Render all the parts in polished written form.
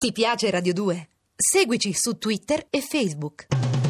Ti piace Radio 2? Seguici su Twitter e Facebook.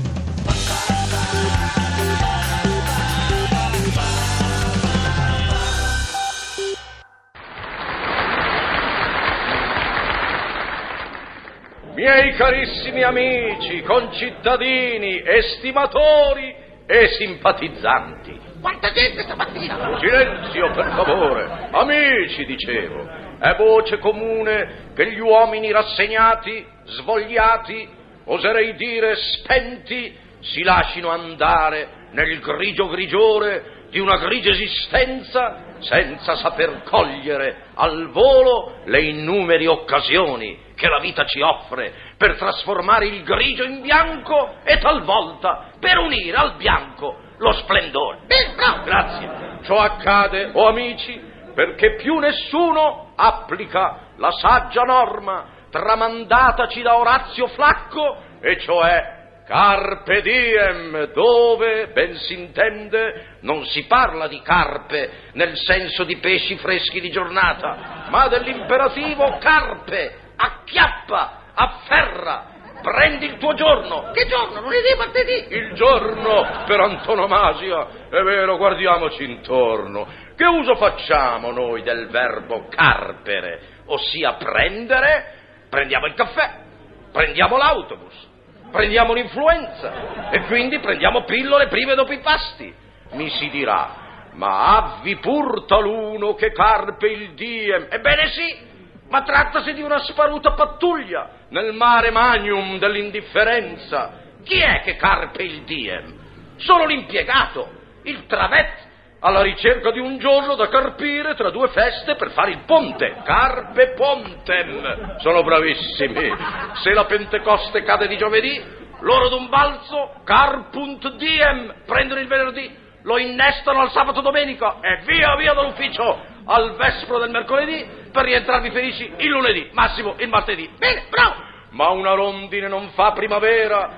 Miei carissimi amici, concittadini, estimatori e simpatizzanti. Quanta gente stamattina! Silenzio, per favore. Amici, dicevo. È voce comune che gli uomini rassegnati, svogliati, oserei dire spenti, si lascino andare nel grigio grigiore di una grigia esistenza senza saper cogliere al volo le innumeri occasioni che la vita ci offre per trasformare il grigio in bianco e talvolta per unire al bianco lo splendore. Bravo! Grazie. Ciò accade, o amici, perché più nessuno applica la saggia norma tramandataci da Orazio Flacco, e cioè carpe diem, dove, ben si intende, non si parla di carpe nel senso di pesci freschi di giornata, ma dell'imperativo carpe, acchiappa, afferra, prendi il tuo giorno. Che giorno? Lunedì, martedì? Il giorno per antonomasia. È vero, guardiamoci intorno. Che uso facciamo noi del verbo carpere, ossia prendere? Prendiamo il caffè, prendiamo l'autobus, prendiamo l'influenza e quindi prendiamo pillole prime dopo i pasti. Mi si dirà, ma avvi pur taluno che carpe il diem. Ebbene sì, ma trattasi di una sparuta pattuglia nel mare magnum dell'indifferenza. Chi è che carpe il diem? Solo l'impiegato, il travet, alla ricerca di un giorno da carpire tra due feste per fare il ponte. Carpe pontem. Sono bravissimi. Se la Pentecoste cade di giovedì, loro d'un balzo, carpunt diem, prendono il venerdì, lo innestano al sabato domenica e via via dall'ufficio al vespro del mercoledì per rientrarvi felici il lunedì, massimo il martedì. Bene, bravo! Ma una rondine non fa primavera,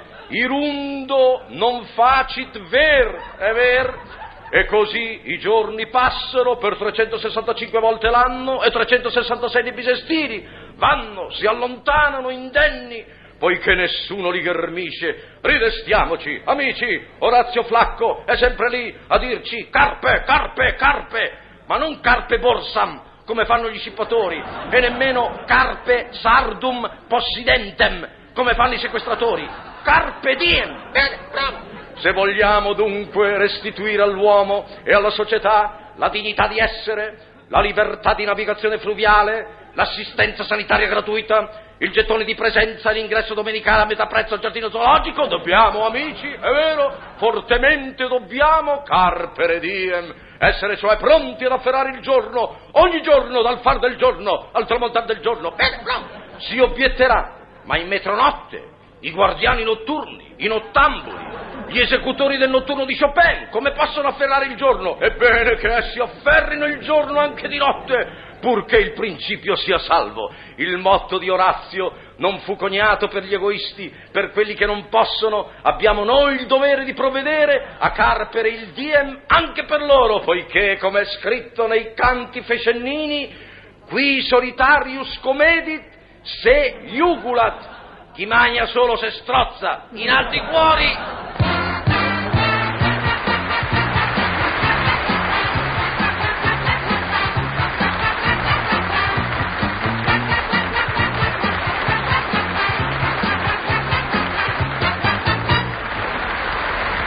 irundo non facit ver, è ver? E così i giorni passano per 365 volte l'anno e 366 di bisestini, vanno, si allontanano indenni, poiché nessuno li ghermisce. Ridestiamoci, amici, Orazio Flacco è sempre lì a dirci carpe, carpe, carpe, ma non carpe borsam, come fanno gli scippatori, e nemmeno carpe sardum possidentem, come fanno i sequestratori. Carpe diem. Bene, bravo! Se vogliamo dunque restituire all'uomo e alla società la dignità di essere, la libertà di navigazione fluviale, l'assistenza sanitaria gratuita, il gettone di presenza e l'ingresso domenicale a metà prezzo al giardino zoologico, dobbiamo, amici, è vero, fortemente dobbiamo, carpere diem, essere cioè pronti ad afferrare il giorno, ogni giorno dal far del giorno al tramontar del giorno. Bene, bravo! Si obietterà, ma in metronotte, i guardiani notturni, i nottambuli, gli esecutori del notturno di Chopin, come possono afferrare il giorno? Ebbene che essi afferrino il giorno anche di notte, purché il principio sia salvo. Il motto di Orazio non fu coniato per gli egoisti, per quelli che non possono, abbiamo noi il dovere di provvedere a carpere il diem anche per loro, poiché, come è scritto nei canti fecennini, qui solitarius comedit se iugulat, chi magna solo se strozza, in alti cuori.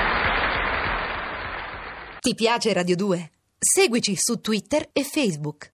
Ti piace Radio 2? Seguici su Twitter e Facebook.